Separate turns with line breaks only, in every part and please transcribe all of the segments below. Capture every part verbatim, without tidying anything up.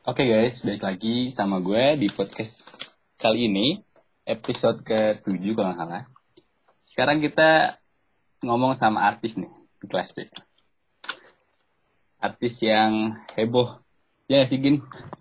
Oke guys, balik lagi sama gue di podcast kali ini, episode ketujuh kalau nggak salah. Sekarang kita ngomong sama artis nih, di kelas D. Artis yang heboh. Ya nggak sih, Gin?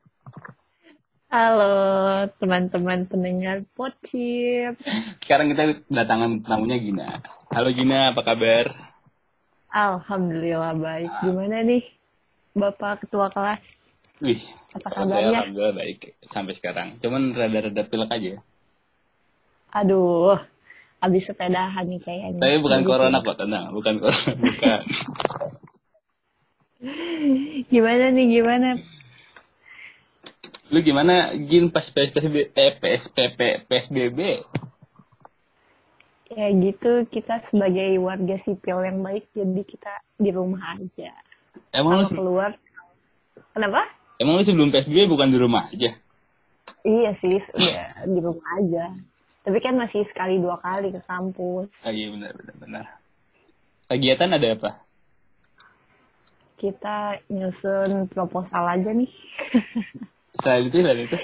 Halo teman-teman pendengar Pocip.
Sekarang kita kedatangan tamunya Gina. Halo Gina, apa kabar?
Alhamdulillah baik. Gimana nih Bapak Ketua kelas?
Wih,
Apa
kalau saya
kabarnya?
alhamdulillah baik sampai sekarang. Cuman rada-rada pilek aja.
Aduh, habis sepedahan nih kayaknya.
Tapi bukan
Jadi
corona
pilek.
kok, tenang. Bukan corona, bukan.
Gimana nih, gimana?
Lu gimana, Gin, pas P S B B, eh, P S P P, P S B B?
Ya gitu, kita sebagai warga sipil yang baik, jadi kita di rumah aja.
Emang lu,
Kalau keluar, kenapa?
emang lu sebelum P S B B bukan di rumah aja?
Iya sih, udah di rumah aja. Tapi kan masih sekali dua kali ke kampus.
Oh iya, benar benar benar. Kegiatan ada apa?
Kita nyusun proposal aja nih.
Selain itu, selain itu.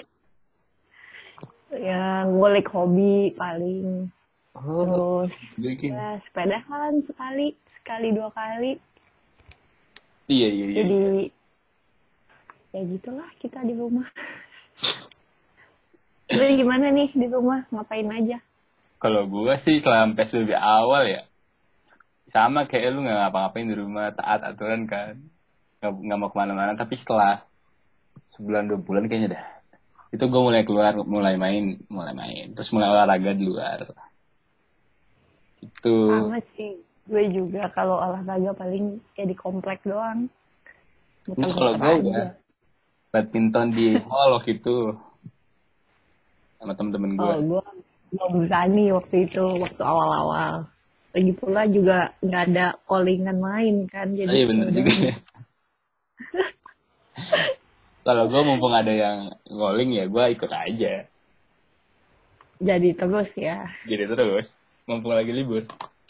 Ya ngulik hobi paling,
Oh,
terus
bikin.
ya sepedahan sekali sekali dua kali,
Iya iya iya.
jadi
Iya.
ya gitulah kita di rumah. Lu gimana nih di rumah, ngapain aja?
Kalau gua sih selama P S B B awal ya, sama kayak lu nggak ngapa-ngapain di rumah, taat aturan kan, nggak nggak mau kemana-mana. Tapi setelah sebulan dua bulan kayaknya dah, itu gua mulai keluar, mulai main, mulai main, terus mulai olahraga di luar. Itu.
Sama sih, gue juga kalau olahraga paling kayak di komplek doang,
Nah kalau
muter-muter
gua udah
aja.
badminton di mall waktu itu sama temen-temen gua.
Oh, gue belum berani waktu itu, waktu awal-awal. Lagi pula juga nggak ada callingan main kan,
Oh
jadi
iya
ya
bener juga
udahlah.
ya. Kalau gue mumpung ada yang calling ya gue ikut aja.
Jadi terus ya.
Jadi terus mumpung lagi libur.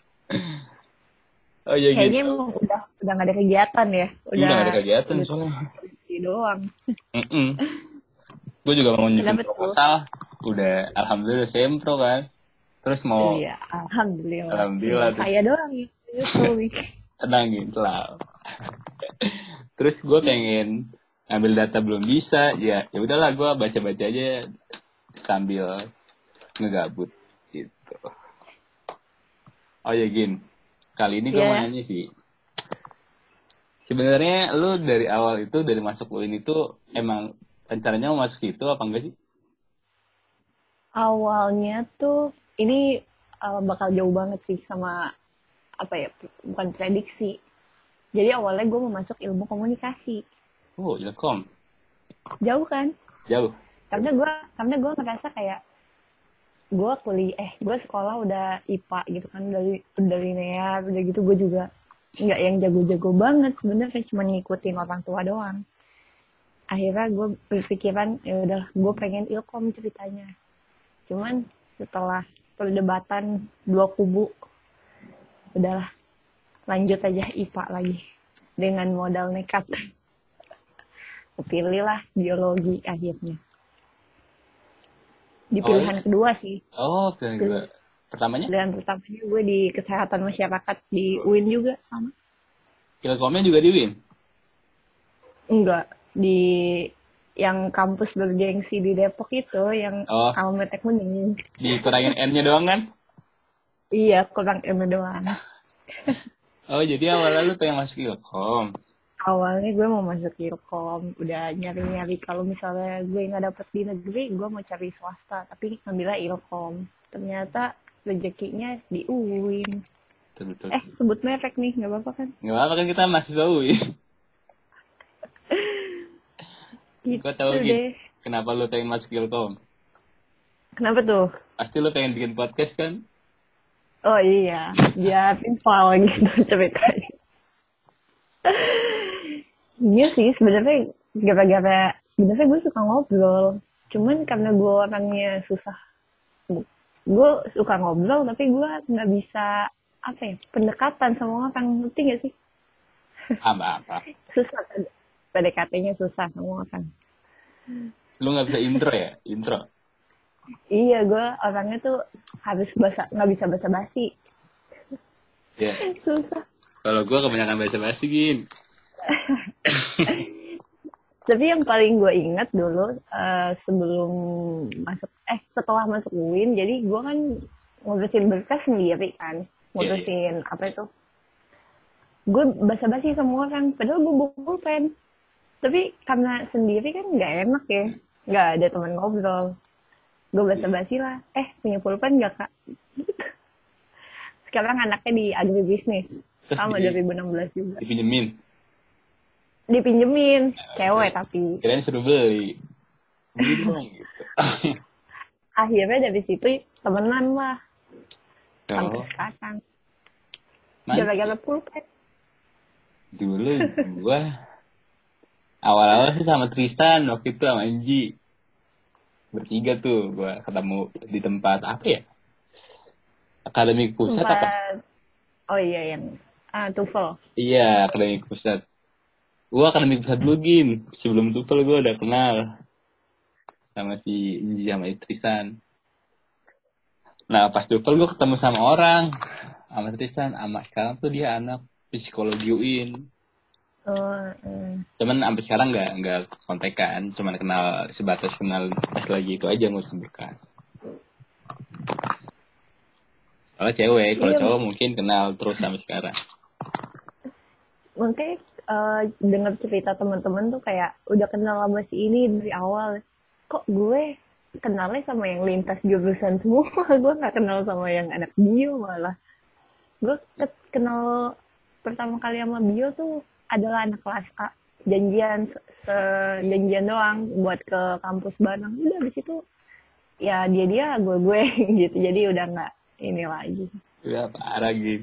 Oh iya
Kayaknya
gitu.
emang udah udah nggak ada kegiatan ya,
Udah
udah
gak ada kegiatan
udah
soalnya.
skripsi doang.
Gue juga mau nyusun
Kenapa tuh?
proposal. Udah alhamdulillah sempro kan. Terus mau
Iya, alhamdulillah. Tinggal
alhamdulillah terus
saya doang yang nyusul nih.
tenang gitu lah. Terus gue pengen ngambil data belum bisa ya ya udahlah gue baca-baca aja sambil ngegabut gitu. Oh ya Gin, kali ini gue
Iya
mau
ya.
nanya sih. Sebenarnya lu dari awal itu dari masuk U I N itu emang rencananya mau masuk itu apa enggak sih?
Awalnya tuh ini uh, bakal jauh banget sih sama apa ya? Bukan prediksi. Jadi awalnya gue mau masuk ilmu komunikasi.
Oh, Ilkom.
Jauh kan?
Jauh.
Karena gue karena gue ngerasa kayak gue kuliah eh gue sekolah udah I P A gitu kan, dari udah linear udah gitu, gue juga nggak yang jago-jago banget sebenarnya, cuma ngikutin orang tua doang. Akhirnya gue berpikiran ya udah gue pengen ilkom ceritanya, cuman setelah perdebatan dua kubu, udahlah lanjut aja I P A lagi dengan modal nekat. Kepilih lah biologi akhirnya, di pilihan
Awalnya.
kedua sih.
Oh, pilihan kedua. Pertamanya?
Pilihan pertamanya gue di kesehatan masyarakat di U I N juga sama.
Ilkomnya juga di U I N.
Enggak, di yang kampus bergengsi di Depok itu, yang
Oh,
alamatnya kuning.
dikurangin N-nya doang kan?
Iya, kurang ilmu doang.
Oh, jadi awalnya lu pengen masuk Ilkom.
Awalnya gue mau masuk Ilkom, udah nyari-nyari kalau misalnya gue nggak dapet di negeri, gue mau cari swasta, tapi ngambilnya Ilkom. Ternyata rezekinya di U I N.
Betul, betul.
Eh, sebut merek nih, nggak apa-apa kan?
Nggak apa-apa kan kita mahasiswa U I N. Gue
Gitu
tahu gitu.
deh.
Kenapa lu pengen masuk Ilkom?
Kenapa tuh?
Pasti lu pengen bikin podcast kan?
Oh iya, biar info gitu ceritanya. Iya sih, sebenarnya gara-gara sebenarnya gue suka ngobrol. Cuman karena gue orangnya susah, gue suka ngobrol tapi gue nggak bisa apa ya, pendekatan sama orang, ngerti gak sih?
Apa-apa.
Susah, P D K T-nya susah sama orang.
Lu nggak bisa intro ya? Intro.
Iya, gue orangnya tuh harus bahasa, nggak bisa basa-basi.
Ya.
Susah.
Kalau gue kebanyakan basa-basi gin.
Tapi yang paling gue ingat dulu eh, sebelum masuk, eh setelah masuk U I N, jadi gue kan ngurusin berkas sendiri kan,
Iya iya.
ngurusin apa itu? Gue basa-basi sama orang, padahal gue bawa pulpen. Tapi karena sendiri kan nggak enak ya, nggak ada teman ngobrol. Gue basa-basi lah, eh punya pulpen nggak kak? Sekarang anaknya di agribisnis,
Terus
sama
di,
dua ribu enam belas juga.
dipinjemin.
Dipinjemin, cewek tapi.
Kirain suruh beli. Beli dong gitu.
Akhirnya dari situ temenan lah, sampai
Oh,
sekarang.
mantap.
Gara-gara pulpen.
Dulu gue awal-awal sih sama Tristan, waktu itu sama Angie. Bertiga tuh gue ketemu di tempat apa ya? Akademik pusat apa?
Tempat, oh iya yang ah, TOEFL.
Iya, akademik pusat. Gue akademik pusat dulu gin. Sebelum TOEFL gue udah kenal sama si Angie sama Tristan. Nah pas TOEFL gue ketemu sama orang, sama Tristan, sama sekarang tuh dia anak psikologi U I N.
Oh, eh.
Cuman sampai sekarang nggak nggak kontekan, cuman kenal sebatas kenal pas lagi itu aja ngurus berkas. Kalau cewek, kalau
Iya,
cowok mungkin kenal terus sampai sekarang.
makanya eh, dengar cerita teman-teman tuh kayak udah kenal sama si ini dari awal. Kok gue kenalnya sama yang lintas jurusan semua, gue nggak kenal sama yang anak bio malah. Gue ke- kenal pertama kali sama bio tuh adalah anak kelas A. Janjian, se- se- janjian doang buat ke kampus bareng. Udah habis itu ya dia dia gue gue gitu. Jadi udah nggak ini lagi.
Udah parah gitu.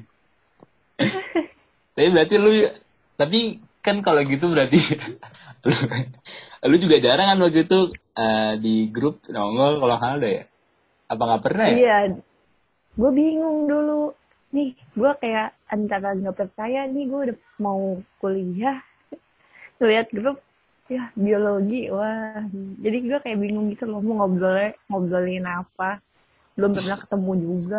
Tapi berarti lu, tapi kan kalau gitu berarti lu, lu juga jarang kan waktu itu eh, di grup nongol kalau nggak ada ya? Apa nggak pernah ya?
Iya, gue bingung dulu. Nih, gue kayak antara nggak percaya nih gue udah mau kuliah, lihat grup ya biologi, wah. Jadi gue kayak bingung gitu loh mau ngobrolnya ngobrolin apa. Belum pernah ketemu juga.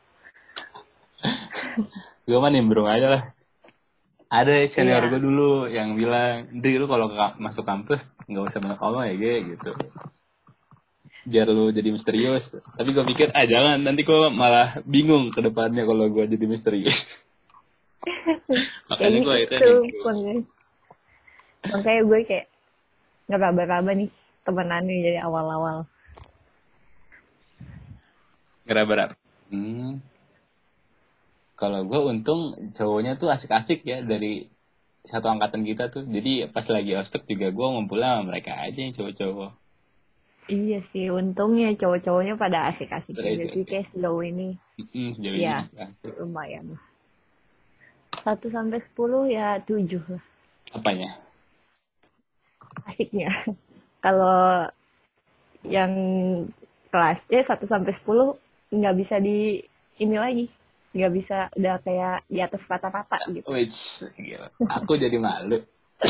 Gue mah nimbrung aja lah. Ada senior
Iya,
gue dulu yang bilang, Dri lu kalau ke- masuk kampus nggak usah banyak ngomong ya Ge, gitu. Biar lu jadi misterius. Tapi gue pikir, ah jangan, nanti gue malah bingung ke depannya kalau gue jadi misterius. Makanya
kayaknya
gue akhirnya
itu
nimbrung.
makanya, makanya gue kayak nggak raba-raba nih temenannya jadi awal-awal.
Ngeraba-raba. Hmm. Kalau gue untung cowoknya tuh asik-asik ya dari satu angkatan kita tuh. Jadi pas lagi ospek juga gue ngumpulnya sama mereka aja yang cowok-cowok.
Iya sih, untungnya cowok-cowoknya pada asik-asik
Terus
juga sih
asik.
kayak sejauh ini.
Mm-mm, sejauh ini
Ya,
asik.
lumayan. Satu sampai sepuluh ya tujuh lah
Apanya?
asiknya. Kalau yang kelas C satu sampai sepuluh nggak bisa di ini lagi. Nggak bisa udah kayak di atas rata-rata gitu.
Wih, gila. Aku jadi malu.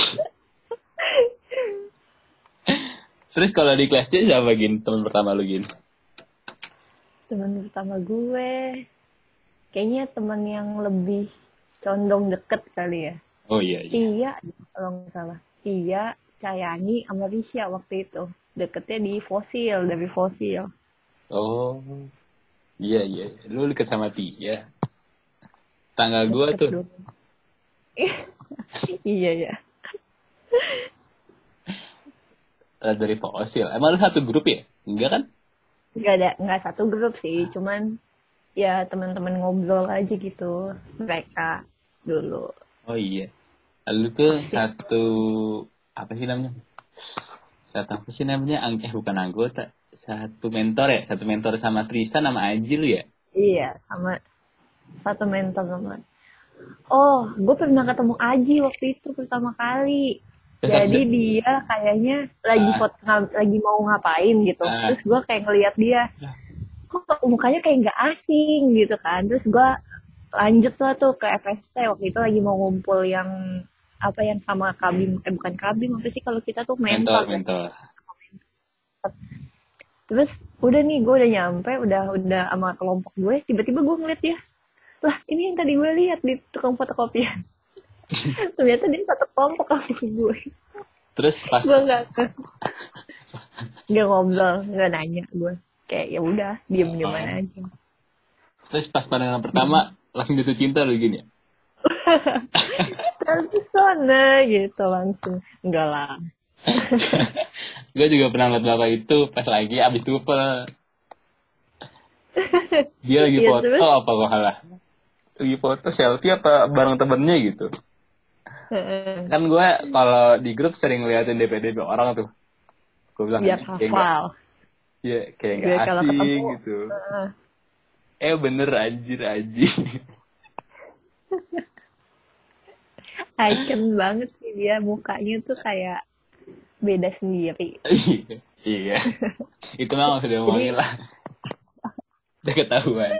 Terus kalau di kelas C siapa gin teman pertama lu gin?
Teman pertama gue kayaknya teman yang lebih condong deket kali ya.
Oh iya iya.
Tia kalau nggak salah. Tia, Cayani, sama Risha waktu itu. Deketnya di fosil, dari fosil.
Oh iya iya. Lu deket sama Tia. Tangga gua
Deket
tuh.
dulu. Iya ya.
eh, dari fosil. Emang lu satu grup ya? Enggak kan?
Nggak ada, nggak satu grup sih. Cuman ya teman-teman ngobrol aja gitu. Mereka dulu.
Oh iya. Lu tuh
Asik.
satu apa sih namanya? Satu apa sih namanya? Ang eh bukan anggota. Satu mentor ya? Satu mentor sama Tristan sama Aji lu ya?
Iya, sama satu mentor teman. Oh, gue pernah ketemu Aji waktu itu pertama kali.
Terus
Jadi
ada
dia kayaknya lagi
ah,
foto, lagi mau ngapain gitu.
ah,
Terus gue kayak ngeliat dia, kok mukanya kayak nggak asing gitu kan. Terus gue lanjut lah tuh ke F S T waktu itu lagi mau ngumpul yang apa yang sama Kabim, eh bukan Kabim apa sih kalau kita tuh
mentor
mentor ya.
mentor.
Terus udah nih gue udah nyampe, udah udah sama kelompok gue, tiba-tiba gue ngeliat dia, lah ini yang tadi gue lihat di tukang fotokopian. Ternyata dia satu kelompok sama gue.
Terus pas
Gue nggak nggak ngobrol, nggak nanya gue. Kayak ya udah diem dieman
oh,
aja.
terus pas pandangan pertama langsung jatuh cinta lu gini ya?
Terpesona gitu langsung. Enggak lah.
Gue juga pernah ngeliat bapak itu pas lagi abis tupel. Dia lagi
Iya
foto
terus.
apa kok halah? Lagi foto selfie apa bareng temennya gitu.
Heeh.
Kan gue kalau di grup sering ngeliatin D P D P orang tuh. Gue bilang
Biar
ini kayak nggak,
hafal.
ya kayak nggak
Biar kalau
asing
ketemu.
gitu.
Heeh.
Eh bener anjir anjir.
Icon banget sih dia, mukanya tuh kayak beda sendiri.
Iya, iya. Itu memang sudah
Jadi
ngomongin lah. Udah ketahuan.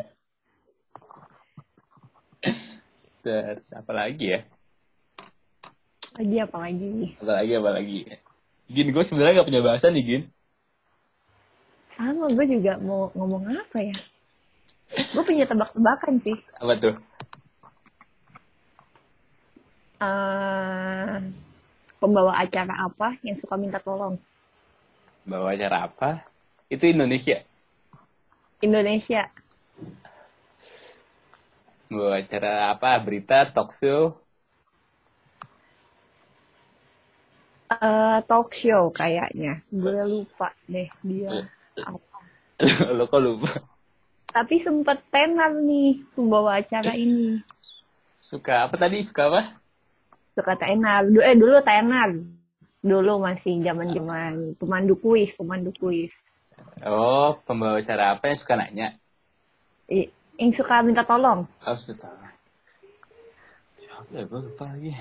Terus apa lagi ya?
lagi apa lagi?
Apa lagi apa lagi? Gin, gue sebenarnya gak punya bahasan nih Gin.
Sama gue juga mau ngomong apa ya? Gue punya tebak-tebakan sih.
Apa tuh?
Eh, pembawa acara apa yang suka minta tolong?
Bawa acara apa? Itu Indonesia.
Indonesia.
Bawa acara apa? Berita, talk show.
Eh, talk show kayaknya. Gue lupa deh dia apa.
Lo kok lupa?
Tapi sempet tenar nih pembawa acara ini.
Suka apa tadi? Suka apa?
Suka tenar. Du- Eh dulu tenar. Dulu masih zaman-zaman pemandu kuis, pemandu kuis.
Oh, pembawa acara apa yang suka nanya?
I- yang suka minta tolong.
Oh, sudah tahu. Siapa ya? Gue lupa lagi.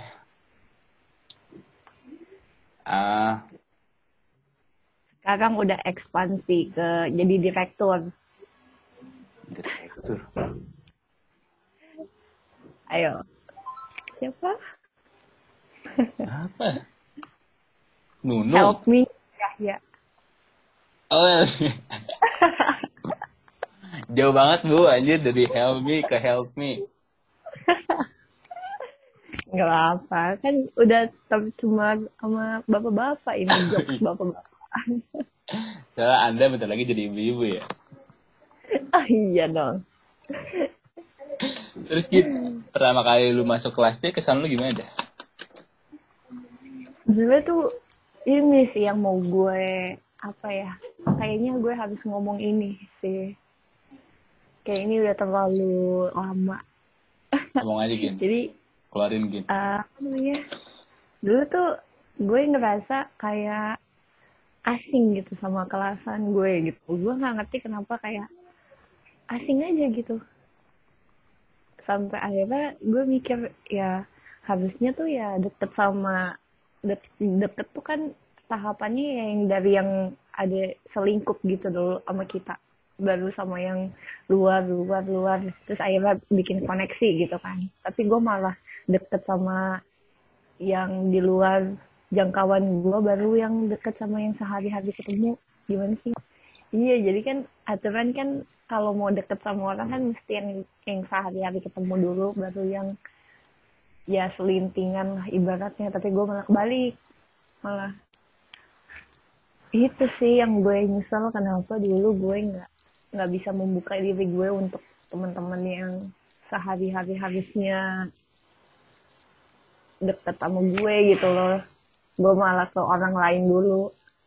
Ah,
Sekarang udah ekspansi ke jadi direktur.
direktur.
Ayo. Siapa?
Apa? Nunung.
Help me. Ya, ya.
Oh, jauh banget bu, anjir dari help me ke help me.
Nggak apa, kan udah ter- cuma sama bapak-bapak ini, jokes bapak-bapak.
Soalnya Anda bentar lagi jadi ibu-ibu ya.
Ah iya dong.
Terus gitu, pertama kali lu masuk kelasnya kesan lu gimana dah?
Sebenarnya tuh ini sih yang mau gue, apa ya, kayaknya gue harus ngomong ini sih. Kayak ini udah terlalu lama.
Ngomong aja Gin,
Jadi,
keluarin Gin.
uh, apa namanya, dulu tuh gue ngerasa kayak asing gitu sama kelasan gue gitu. Gue nggak ngerti kenapa kayak asing aja gitu. Sampai akhirnya gue mikir ya harusnya tuh ya deket sama deket, deket tuh kan tahapannya yang dari yang ada selingkup gitu dulu sama kita, baru sama yang luar luar luar terus akhirnya bikin koneksi gitu kan. Tapi gue malah deket sama yang di luar jangkauan gue, baru yang deket sama yang sehari-hari ketemu. Gimana sih? Iya, jadi kan aturan kan kalau mau deket sama orang kan mesti yang yang sehari-hari ketemu dulu, baru yang ya selintingan lah ibaratnya. Tapi gue malah kebalik, malah itu sih yang gue nyesel, kenapa dulu gue nggak nggak bisa membuka diri gue untuk teman-teman yang sehari-hari harusnya deket sama gue gitu loh. Gue malah ke orang lain dulu.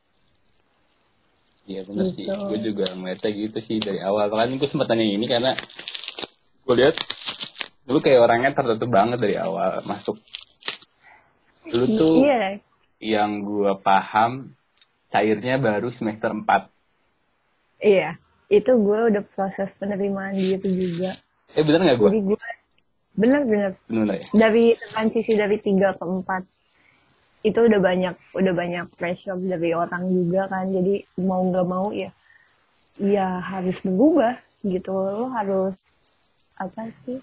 Iya bener
Gitu.
sih, gue juga ngeliatnya gitu sih dari awal. Kan gue sempat tanya ini karena gue lihat dulu kayak orangnya tertutup banget dari awal masuk. Dulu tuh
Iya,
yang gue paham cairnya baru semester empat.
iya. Itu gue udah proses penerimaan diri juga.
Eh bener gak gue?
Jadi gue bener-bener
Bener ya?
dari transisi dari tiga ke empat itu udah banyak udah banyak pressure dari orang juga kan. Jadi mau nggak mau ya ya harus berubah gitu. Lo harus apa sih,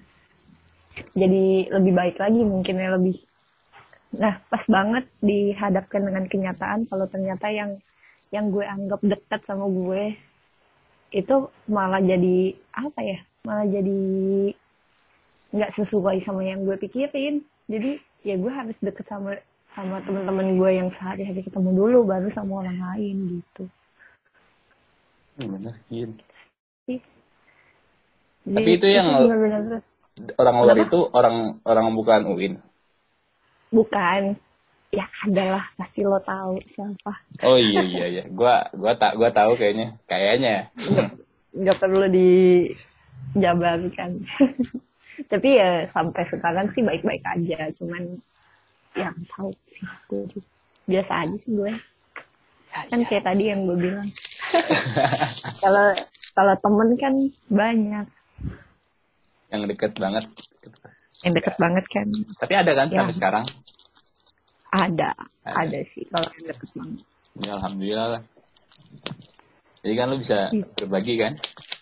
jadi lebih baik lagi mungkin ya, lebih. Nah pas banget dihadapkan dengan kenyataan kalau ternyata yang yang gue anggap dekat sama gue itu malah jadi apa ya, malah jadi nggak sesuai sama yang gue pikirin. Jadi ya gue harus deket sama sama teman-teman gue yang sehari-hari ketemu dulu, baru sama orang lain gitu.
Hmm, bener, iya.
Ih,
Tapi
jadi
itu yang
benar-benar
orang luar
kenapa?
itu orang orang bukan U I N.
Bukan, ya adalah pasti lo tahu siapa.
Oh iya iya iya. Gua gua tak gua tahu kayaknya. Kayaknya.
Nggak, nggak perlu dijabarkan. Tapi ya sampai sekarang sih baik-baik aja, cuman yang tahu sih gue juga. Biasa aja sih gue. Kan kayak tadi yang gue bilang. Kalau kalau temen kan banyak
Yang deket banget.
yang deket banget kan.
Tapi ada kan
Ya
sampai sekarang?
ada,
Ada.
ada sih kalau yang deket banget.
Ya, alhamdulillah lah. Jadi kan lu bisa
Iya.
berbagi kan?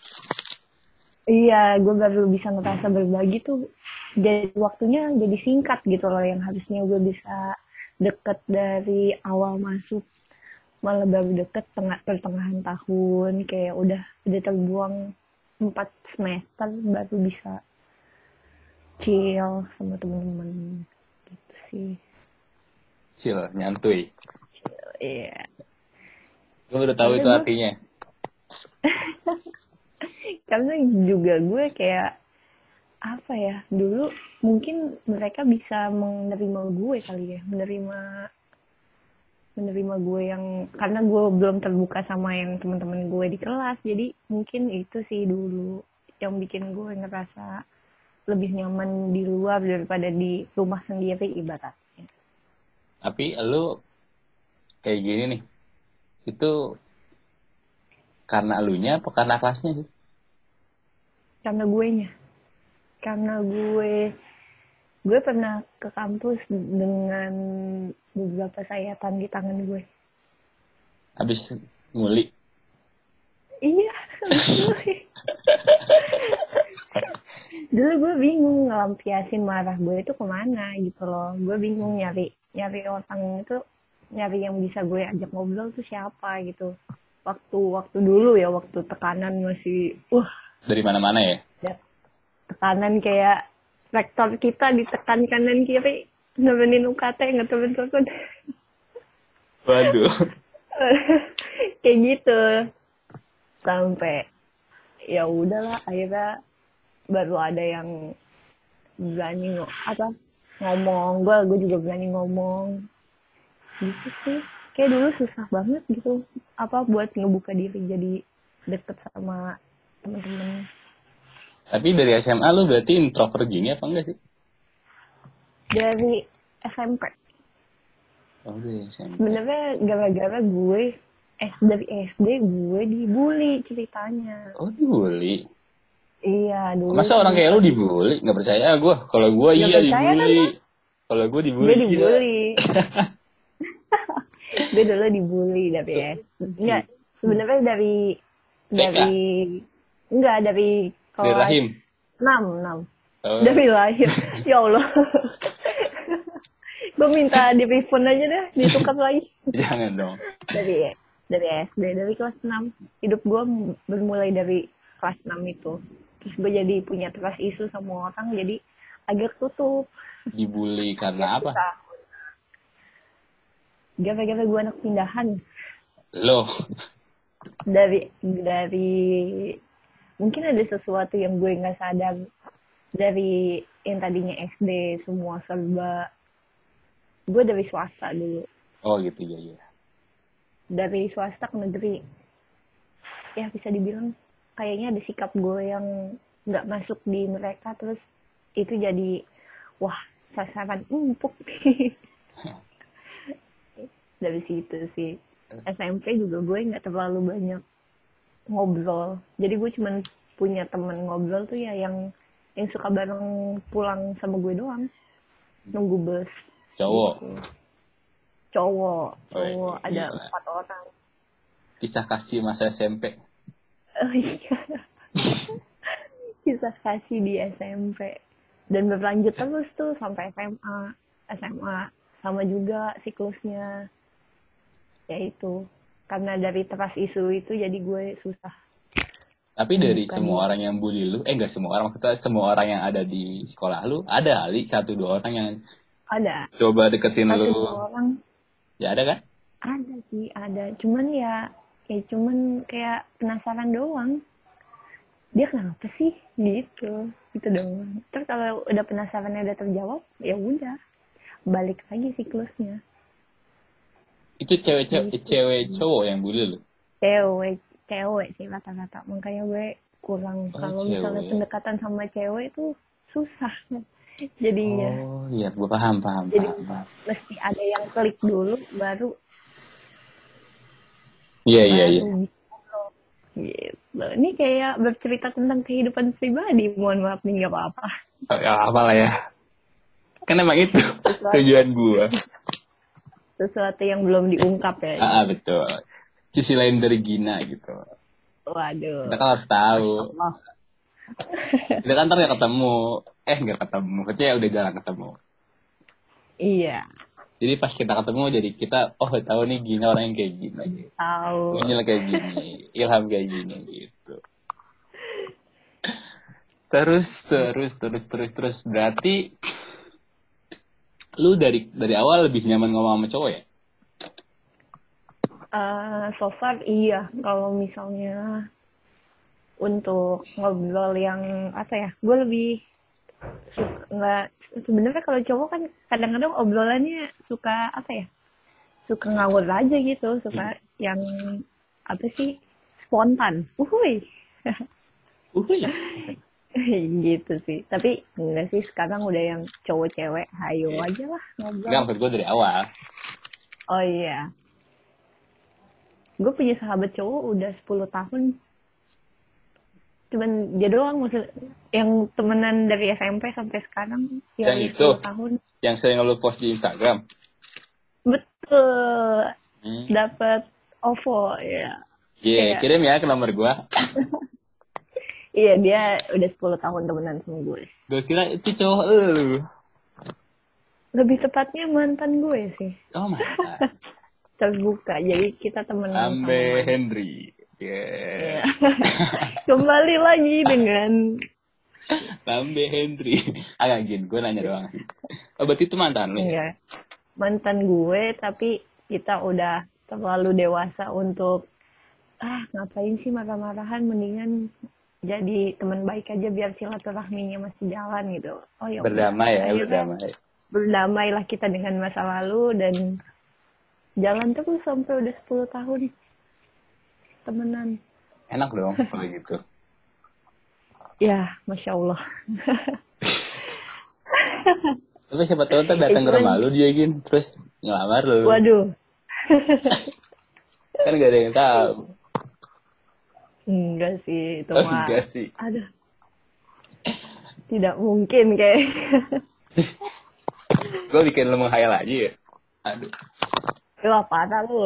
Iya, gue baru bisa ngerasa berbagi tuh. Jadi waktunya jadi singkat gitu loh, yang harusnya gue bisa deket dari awal masuk, malah baru deket tengah pertengahan tahun, kayak udah udah terbuang empat semester baru bisa chill sama temen-temen gitu sih.
Chill, nyantuy.
Iya.
Gue udah tahu
Karena
itu
gue,
artinya.
karena juga gue kayak apa ya, dulu mungkin mereka bisa menerima gue kali ya, menerima menerima gue yang karena gue belum terbuka sama yang teman-teman gue di kelas, jadi mungkin itu sih dulu yang bikin gue ngerasa lebih nyaman di luar daripada di rumah sendiri ibaratnya.
Tapi lu kayak gini nih. Itu karena elunya apa karena kelasnya sih?
Karena gue nya karena gue gue pernah ke kampus dengan beberapa sayatan di tangan gue.
Habis nguli.
Iya, gue. Dulu gue bingung ngelampiasin marah gue itu kemana gitu loh. Gue bingung nyari nyari orang itu, nyari yang bisa gue ajak ngobrol tuh siapa gitu. Waktu waktu dulu ya, waktu tekanan masih uh
Dari mana-mana ya?
ya, tekanan kayak rektor kita ditekan kanan kiri nemenin U K T ngetur-ngetur.
Waduh.
Kayak gitu. Sampai ya udahlah, akhirnya baru ada yang berani ngo apa ngomong, gue gue juga berani ngomong gitu sih. Kayak dulu susah banget gitu apa buat ngebuka diri jadi deket sama temen-temen.
Tapi dari S M A lu berarti introvert gini apa enggak sih?
Dari S M P
Oh, dari S M P.
sebenarnya gara-gara gue S dari S D gue dibully ceritanya.
Oh, dibully.
Iya dulu
Masa orang kayak lu dibully? Nggak percaya gue. Kalau gue
nggak
iya
percaya kan
dibully.
Bang?
Kalau gue dibully.
Gue
Iya.
dibully. Gue dulu dibully dari S enggak, sebenarnya dari dari enggak dari
Dari
kelas
rahim.
enam enam
Oh.
dari lahir. Ya Allah. Gue minta di refund aja deh, ditukar lagi.
Jangan dong.
Dari dari S D, dari kelas enam. Hidup gue bermulai dari kelas enam itu. Terus gue jadi punya trust isu sama orang, jadi agak tutup.
Dibully karena apa?
Gara-gara gue anak pindahan.
Loh.
Dari dari mungkin ada sesuatu yang gue nggak sadar, dari yang tadinya S D semua serba, gue dari swasta dulu.
Oh gitu ya ya.
Dari swasta ke negeri, ya bisa dibilang kayaknya ada sikap gue yang nggak masuk di mereka, terus itu jadi wah sasaran empuk. Dari situ sih. S M P juga gue nggak terlalu banyak ngobrol, jadi gue cuman punya temen ngobrol tuh ya yang yang suka bareng pulang sama gue doang, nunggu bus.
Cowok.
Gitu. Cowok, cowok
Oh,
ada
gila.
empat orang.
Kisah kasih masa S M P.
Oh iya. Kisah kasih di S M P dan berlanjut terus tuh sampai S M A. S M A sama juga siklusnya, yaitu karena dari trust isu itu jadi gue susah.
Tapi dari
Bukan
semua
dia.
orang yang bully lu, eh enggak semua orang, maksudnya semua orang yang ada di sekolah lu, ada kali satu dua orang yang
Ada
coba deketin
satu
lu.
dua orang,
Ya ada kan?
ada sih ada. Cuman ya, ya cuman kayak penasaran doang. Dia kenapa sih gitu, gitu doang. Terus kalau udah penasarannya udah terjawab, ya udah balik lagi siklusnya.
Itu cewek-cewek,
Gitu.
cewek cowok yang bully lu.
Cewek, cewek sih rata-rata. Makanya gue kurang
Oh,
kalau misalnya
cewek.
pendekatan sama cewek itu susah. Jadinya,
Oh iya, gua paham, paham,
jadi
paham, paham.
mesti ada yang klik dulu, baru
Iya, iya, iya.
baru bisa ngobrol. Gitu. Ini kayak bercerita tentang kehidupan pribadi. Mohon maaf nih, nggak apa-apa.
Oh, ya apa lah ya. Kan emang itu
Sesuatu,
tujuan gua.
sesuatu yang belum diungkap ya.
Ah, ah, betul. Sisi lain dari Gina gitu. Kita
Waduh,
kan harus tahu.
Masya Allah.
Kita kan ntar nggak ketemu. Eh, nggak ketemu. Maksudnya udah jarang ketemu.
Iya,
Jadi pas kita ketemu, jadi kita, oh tahu nih Gina orang yang kayak gini.
tahu.
Unyil kayak gini. Ilham kayak gini gitu. Terus, terus, terus, terus, terus. Berarti lu dari dari awal lebih nyaman ngomong sama cowok ya?
Eh, so far iya, kalau misalnya untuk ngobrol yang apa ya, gue lebih suka nggak, sebenarnya kalau cowok kan kadang-kadang obrolannya suka apa ya, suka ngawur aja gitu, suka yang apa sih, spontan, uhuy.
Uhuy.
Gitu sih, tapi enggak sih, sekarang udah yang cowok cewek hayo aja lah
Enggak,
ngobrol.
maksud gue dari awal.
Oh iya, gue punya sahabat cowok udah sepuluh tahun, cuman dia doang maksud yang temenan dari S M P sampai sekarang yang
Yang itu,
sepuluh tahun.
yang sering lu post di Instagram.
Betul,
Hmm.
dapat OVO ya.
Iya,
Kayak-
kirim ya ke nomor gue.
Iya, dia udah sepuluh tahun temenan sama gue.
Gue kira itu cowok lu.
Lebih tepatnya mantan gue sih.
Oh my god.
Terbuka, jadi kita temenan sama
Ambe
mantan.
Henry.
Iya.
Yeah.
Kembali lagi dengan
Ambe Henry. Agak gini, gue nanya doang sih. Oh, berarti itu mantan lu ya?
enggak, mantan gue, tapi kita udah terlalu dewasa untuk ah ngapain sih marah-marahan, mendingan jadi teman baik aja biar silaturahminya masih jalan gitu. Oh ya udah.
Berdamai ya,
Akhirnya
berdamai.
berdamailah kita dengan masa lalu dan jalan terus sampai udah sepuluh tahun temenan.
Enak dong kalau gitu.
Ya, Masya Allah.
Tapi siapa tahu ntar datang ke rumah lu dia gin, terus ngelamar lu.
Waduh.
Kan gak ada yang tahu.
Enggak sih, itu
Oh,
mah.
enggak sih.
Aduh. Tidak mungkin kayaknya.
Gue bikin lu menghayal aja ya. Aduh.
Wah, parah lu.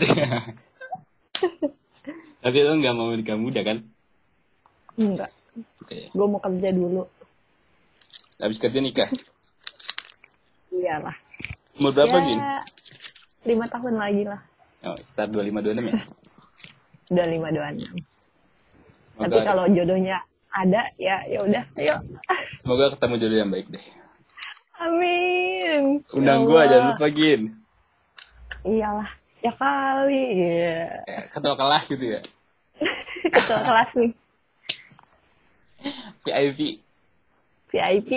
Tapi lu gak mau nikah muda kan?
Enggak.
Oke.
Gue mau kerja dulu.
Habis kerja nikah.
Iyalah.
Umur berapa
ya,
gin?
lima tahun lagi lah.
Oh, sekitar dua puluh lima dua puluh enam ya?
Udah lima dua enam.
Semoga,
Tapi kalau jodohnya ada, ya ya udah, ayo.
semoga ketemu jodoh yang baik deh.
Amin.
Undang
Ya
gue
Allah.
jangan lupa gin.
Iyalah. Ya kali. Iya.
Ya, ketua kelas gitu ya.
Ketua kelas nih.
V I P.
V I P.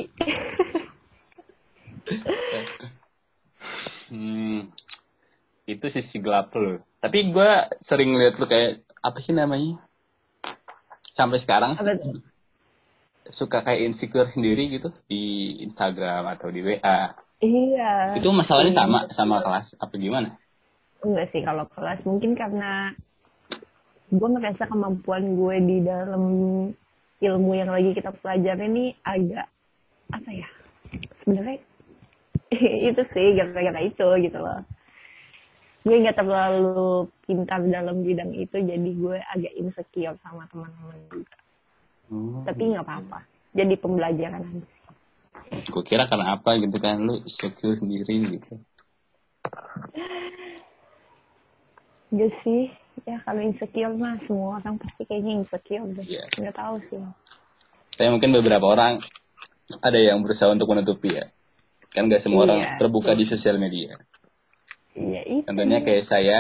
Hmm, itu sisi gelap lu. Tapi gue sering lihat lu kayak apa sih namanya? Sampai sekarang
Apa tuh?
suka kayak insecure sendiri gitu di Instagram atau di W A.
Iya.
Itu masalahnya
Iya.
sama sama kelas apa gimana?
Enggak sih kalau kelas. Mungkin karena gue ngerasa kemampuan gue di dalam ilmu yang lagi kita pelajari ini agak apa ya? Sebenarnya itu sih gara-gara itu gitu loh. Gue nggak terlalu pintar dalam bidang itu, jadi gue agak insecure sama teman-teman juga.
Hmm.
Tapi nggak apa-apa. Jadi pembelajaran aja.
Gue kira karena apa gitu kan lu insecure sendiri gitu.
Enggak sih, ya kalau insecure mah semua orang pasti kayaknya insecure deh.
Iya.
Nggak tahu sih.
Tapi mungkin beberapa orang ada yang berusaha untuk menutupi ya. Kan nggak semua orang
Iya,
terbuka di
betul.
sosial media.
Iya itu.
Contohnya kayak saya.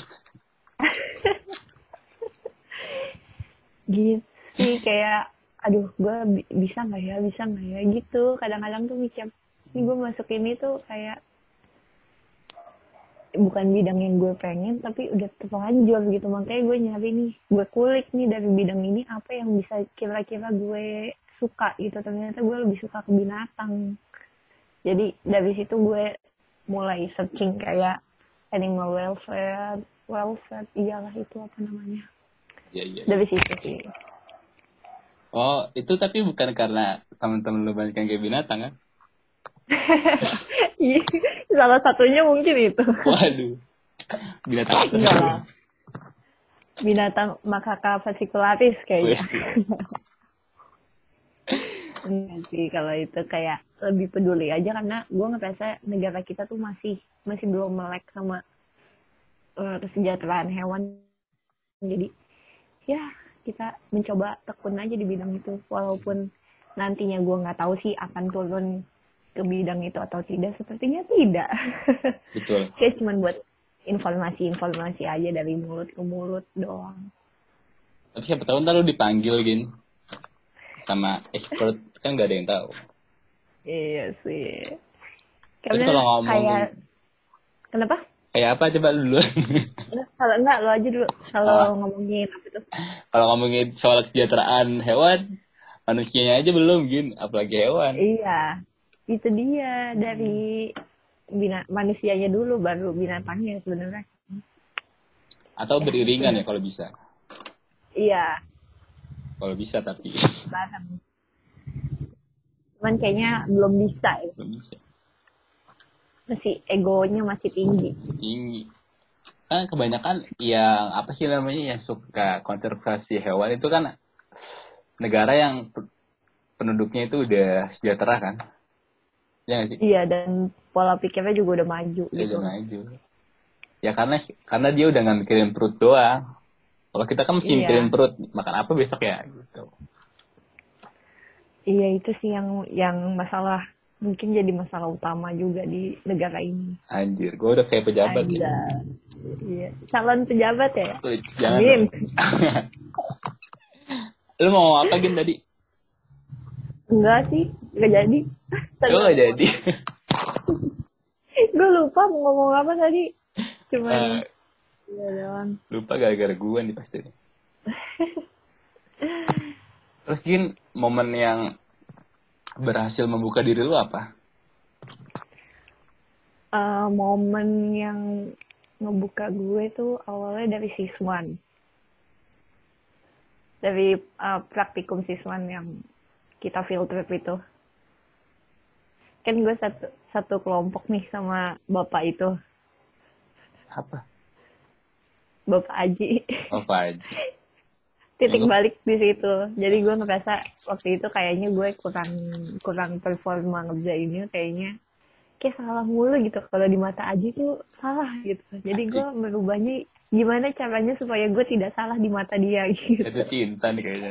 Gitu sih kayak, aduh gue bi- bisa nggak ya, bisa nggak ya gitu. Kadang-kadang tuh mikir, ini gue masuk ini tuh kayak bukan bidang yang gue pengen tapi udah terlanjur gitu, makanya gue nyari nih, gue kulik nih dari bidang ini apa yang bisa kira-kira gue suka gitu. Ternyata gue lebih suka ke binatang, jadi dari situ gue mulai searching kayak animal welfare welfare iyalah itu apa namanya,
Iya, iya, iya.
dari situ sih.
Oh, itu tapi bukan karena teman-teman lu banyak yang kayak binatang kan?
Iya, salah satunya mungkin itu.
Waduh, binatang apa
Enggak
tuh?
lah, binatang makaka fascicularis
Wes,
kayaknya. Enggak sih, kalau itu kayak lebih peduli aja karena gue ngerasa negara kita tuh masih masih belum melek sama eh, kesejahteraan hewan. Jadi ya kita mencoba tekun aja di bidang itu. Walaupun nantinya gue nggak tahu sih akan turun ke bidang itu atau tidak. Sepertinya tidak.
betul.
Kayak cuman buat informasi-informasi aja dari mulut ke mulut doang.
Tapi siapa tahu ntar lu dipanggil gin sama expert, kan nggak ada yang tahu.
Iya sih.
Tapi kalau
Karena
ngomongin
kayak, kenapa?
kayak apa coba dulu?
Nah, kalau enggak lo aja dulu kalau
Oh,
ngomongin apa tuh.
kalau ngomongin soal kesejahteraan hewan, manusianya aja belum gin, apalagi hewan.
Iya, itu dia dari bina manusianya dulu baru binatangnya sebenarnya.
Atau
Ya itu
beriringan
udah.
ya kalau bisa.
Iya,
Kalau bisa tapi
bareng. Cuman kayaknya belum bisa ya.
belum bisa.
Masih egonya masih tinggi.
Tinggi. Kan kebanyakan yang apa sih namanya yang suka konservasi hewan itu kan negara yang penduduknya itu udah sejahtera kan? Ya nggak sih?
Iya, dan pola pikirnya juga udah maju
Ya
gitu.
udah maju. Ya karena karena dia udah nggak mikirin perut doang. Kalau kita kan mesti mikirin
Iya,
perut, makan apa besok ya gitu.
iya itu sih yang yang masalah, mungkin jadi masalah utama juga di negara ini.
Anjir, gue udah kayak pejabat ya.
Ada. Iya, calon pejabat ya.
Wih, jangan
Amin.
dong. Lu mau ngomong apa Gin tadi?
Enggak sih, enggak jadi. Tadi
Gue
mau
gak
ngomong
jadi.
apa? Gue lupa mau ngomong apa tadi. Cuman
Eh,
ya doang.
lupa gara-gara gue nih pasti. Terus Gin, momen yang berhasil membuka diri lu apa?
Eh, momen yang ngebuka gue tuh awalnya dari siswan. Dari eh, praktikum siswan yang kita field trip itu. Kan gue satu satu kelompok nih sama bapak itu,
Apa?
Bapak Aji.
Apa aja?
Titik
Lu?
balik di situ. Jadi gue ngerasa waktu itu kayaknya gue kurang kurang performa ngerjainnya, kayaknya kayak salah mulu gitu. Kalau di mata Aji tuh salah gitu. Jadi gue merubahnya gimana caranya supaya gue tidak salah di mata dia gitu.
Itu cinta nih kayaknya.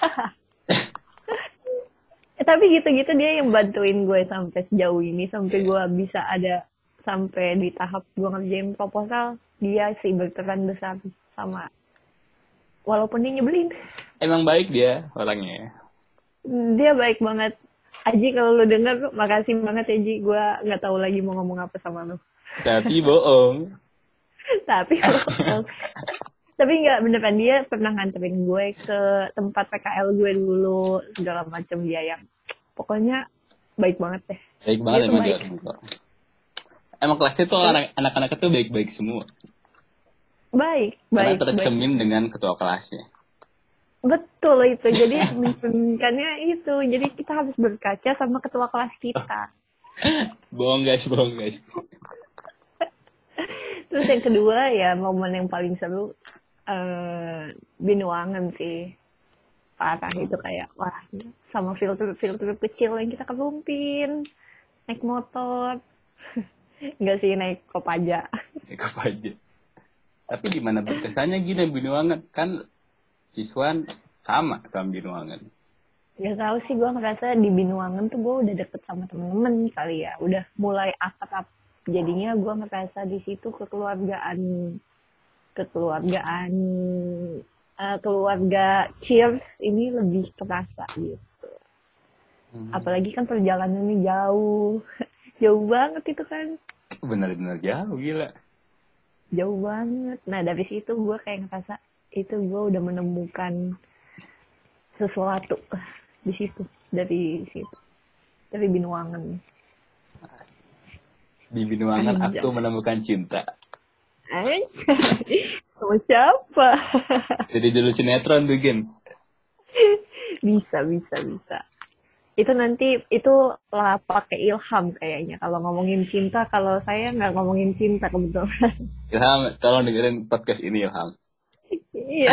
Eh, tapi gitu-gitu dia yang bantuin gue sampai sejauh ini, sampai
Iya.
gue bisa ada sampai di tahap gue ngerjain proposal. Dia sih berperan besar sama, walaupun dia nyebelin.
Emang baik dia orangnya.
Dia baik banget. Aji kalau lu denger, makasih banget ya Ji. Gue nggak tahu lagi mau ngomong apa sama lu.
Tapi bohong.
Tapi bohong. Tapi nggak, beneran dia pernah nganterin gue ke tempat P K L gue dulu, segala macam dia yang pokoknya baik banget deh.
Baik
Dia
banget
tuh
emang dia.
baik.
Emang kelasnya tuh
Terus
anak- anak-anak itu baik-baik semua.
baik,
Karena
baik, baik.
tercermin dengan ketua kelasnya.
Betul itu. Jadi mencerminkannya itu. Jadi kita harus berkaca sama ketua kelas kita.
Bohong guys, bohong guys.
Terus yang kedua ya momen yang paling seru eh Binuangan sih. Parah itu kayak wah, sama filter-filter kecil yang kita kelumpin. Naik motor. Enggak sih, naik Kopaja.
Ikut aja. Tapi di mana berkesannya gini Binuangan kan siswan sama sama Binuangan.
Gak tahu sih, gue ngerasa di Binuangan tuh gue udah deket sama temen-temen kali ya, udah mulai akrab. Jadinya gue ngerasa di situ kekeluargaan, kekeluargaan, uh, keluarga Cheers ini lebih terasa gitu. Hmm. Apalagi kan perjalanannya jauh, jauh banget itu kan.
Bener-bener jauh, gila.
Jauh banget. Nah dari situ gue kayak ngerasa itu gue udah menemukan sesuatu di situ, dari situ, dari Binuangan.
Di Binuangan Anjay. Aku menemukan cinta.
Anjay. Sama siapa?
Jadi dulu sinetron tuh, Gen.
Bisa, bisa, bisa. Itu nanti, itu lah pakai Ilham kayaknya. Kalau ngomongin cinta, kalau saya nggak ngomongin cinta kebetulan.
Ilham, tolong dengerin podcast ini, Ilham.
Iya.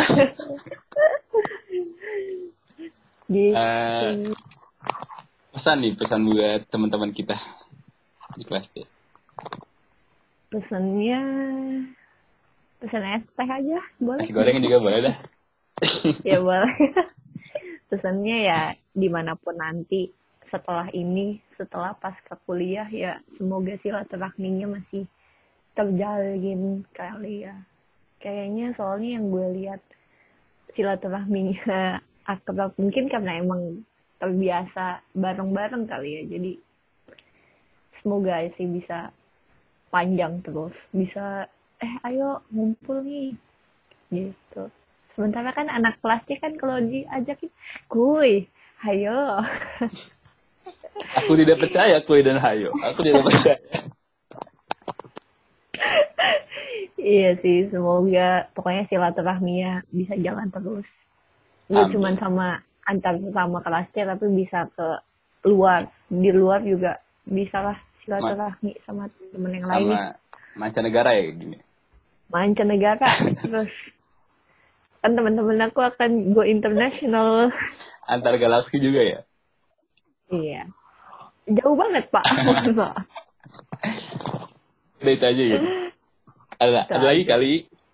Gitu.
Uh, pesan nih, pesan buat teman-teman kita di kelas C.
Pesannya, pesan es teh aja, boleh.
Nasi goreng juga boleh dah.
Ya boleh. Pesannya ya dimanapun nanti setelah ini, setelah pasca kuliah ya semoga silaturahminya masih terjalin kali ya. Kayaknya soalnya yang gue lihat silaturahminya akrab, mungkin karena emang terbiasa bareng-bareng kali ya. Jadi semoga sih bisa panjang terus, bisa eh ayo ngumpul nih gitu. Sementara kan anak kelasnya kan kalau diajakin, kuy, hayo.
Aku tidak percaya kuy dan hayo. Aku tidak percaya.
Iya sih, semoga pokoknya silaturahminya bisa jalan terus. Gak cuma sama antar sesama kelasnya, tapi bisa ke luar. Di luar juga bisa lah silaturahmi Ma- sama temen yang lain.
Sama mancanegara ya gini?
Mancanegara. Terus kan teman-teman aku akan go international.
Antar galaksi juga ya?
Iya. Jauh banget, Pak.
Udah itu aja ya? Ada, ada lagi kali?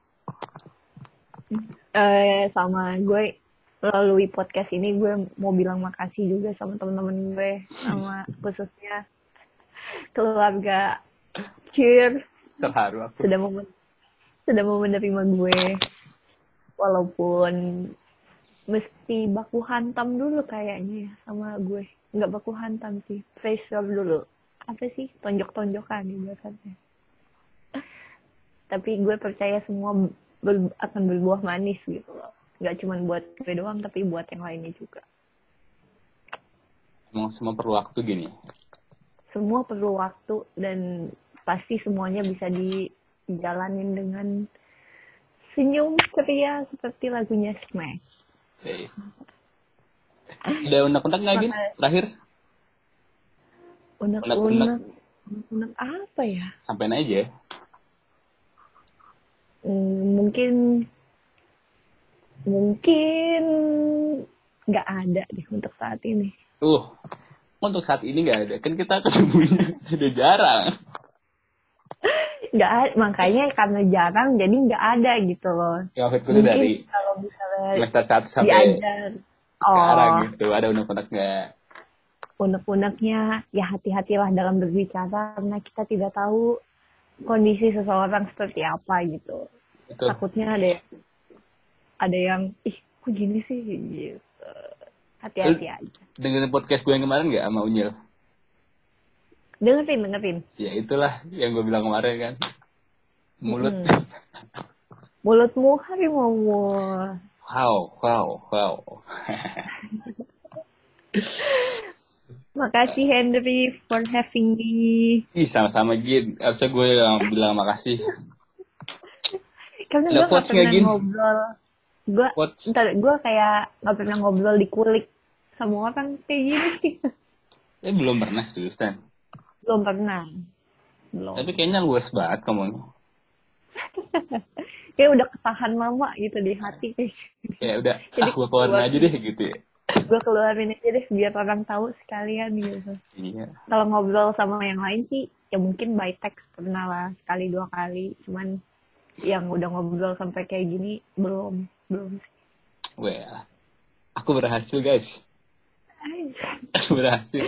Eh, sama gue melalui podcast ini gue mau bilang makasih juga sama teman-teman gue, sama khususnya keluarga Cheers.
Terharu aku.
Sudah mau sudah mau menerima gue, walaupun mesti baku hantam dulu kayaknya sama gue. Nggak baku hantam sih, face swab dulu. Apa sih, tonjok-tonjokan ibaratnya. Tapi gue percaya semua ber- akan berbuah manis gitu loh. Nggak cuma buat gue doang, tapi buat yang lainnya juga.
Emang semua perlu waktu gini?
Semua perlu waktu, dan pasti semuanya bisa dijalanin dengan senyum ceria seperti lagunya Smash.
Okay. Udah unek-unek nggak gini? Terakhir?
Unek-unek. Unek apa ya?
Sampein aja.
Hmm, mungkin mungkin nggak ada deh untuk saat ini.
Uh, untuk saat ini nggak ada. Kan kita ketemunya udah jarang.
Nggak ada, makanya karena jarang jadi nggak ada gitu loh.
Ya maksudku dari
kalau misalnya
semester satu sampai
diajar,
sekarang
oh,
gitu. Ada unek-unek nggak?
Unek-uneknya ya hati-hatilah dalam berbicara, karena kita tidak tahu kondisi seseorang seperti apa gitu. Betul. Takutnya ada ada yang ih kok gini sih gitu. Hati-hati aja.
Dengerin podcast gue yang kemarin nggak sama Unyil?
Dengerin, dengerin.
Ya itulah yang gue bilang kemarin kan. Mulut.
Hmm. Mulutmu harimaumu.
Wow, wow, wow.
Makasih Henry for having me.
Ih, sama-sama Gin. Harusnya gue yang bilang makasih.
Karena gue gak pernah gin? ngobrol. Gue ntar gue kayak gak pernah ngobrol di kulik sama orang kayak gini.
Eh, belum pernah seriusan?
Belum pernah. Belum.
Tapi kayaknya luas banget ngomongnya.
Kayak udah ketahan lama gitu di hati.
Ya udah, jadi ah, gue keluarin aja deh gitu ya.
Gue keluarin aja deh biar orang tahu sekalian gitu.
Iya.
Kalau ngobrol sama yang lain sih ya mungkin by text pernah lah sekali dua kali, cuman yang udah ngobrol sampai kayak gini belum, belum.
Wah, aku berhasil guys. Aku berhasil.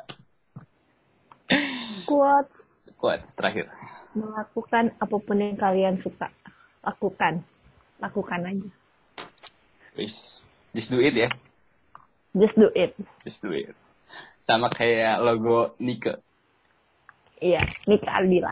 Quotes.
Quotes terakhir.
Melakukan apapun yang kalian suka. Lakukan. Lakukan aja.
Wis, just do it ya.
Just do it.
Just do it. Sama kayak logo Nike.
Iya, Nika Ardila.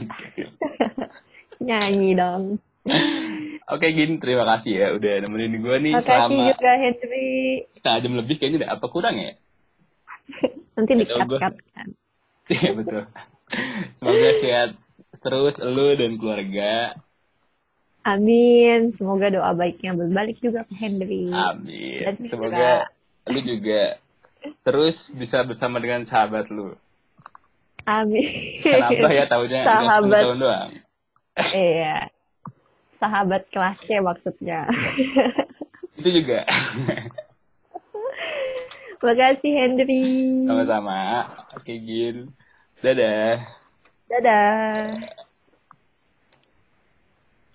Nyanyi dong.
Oke Gin, terima kasih ya udah nemenin gue nih
Makasih
selama
juga Henry.
setengah jam lebih kayaknya udah apa kurang ya?
Nanti
Gak tau gue.
dikat-kat kan.
Iya betul. Semoga sehat terus lu dan keluarga.
Amin. Semoga doa baiknya berbalik juga ke Henry.
Amin.
Dan
Semoga
juga.
lu juga terus bisa bersama dengan sahabat lu.
Amin.
Kenapa ya tahunya udah sepuluh
Sahabat.
tahun doang?
Iya. Sahabat kelas C maksudnya.
Itu juga.
Makasih Henry.
Sama-sama. Oke Gin. Dadah.
Dadah.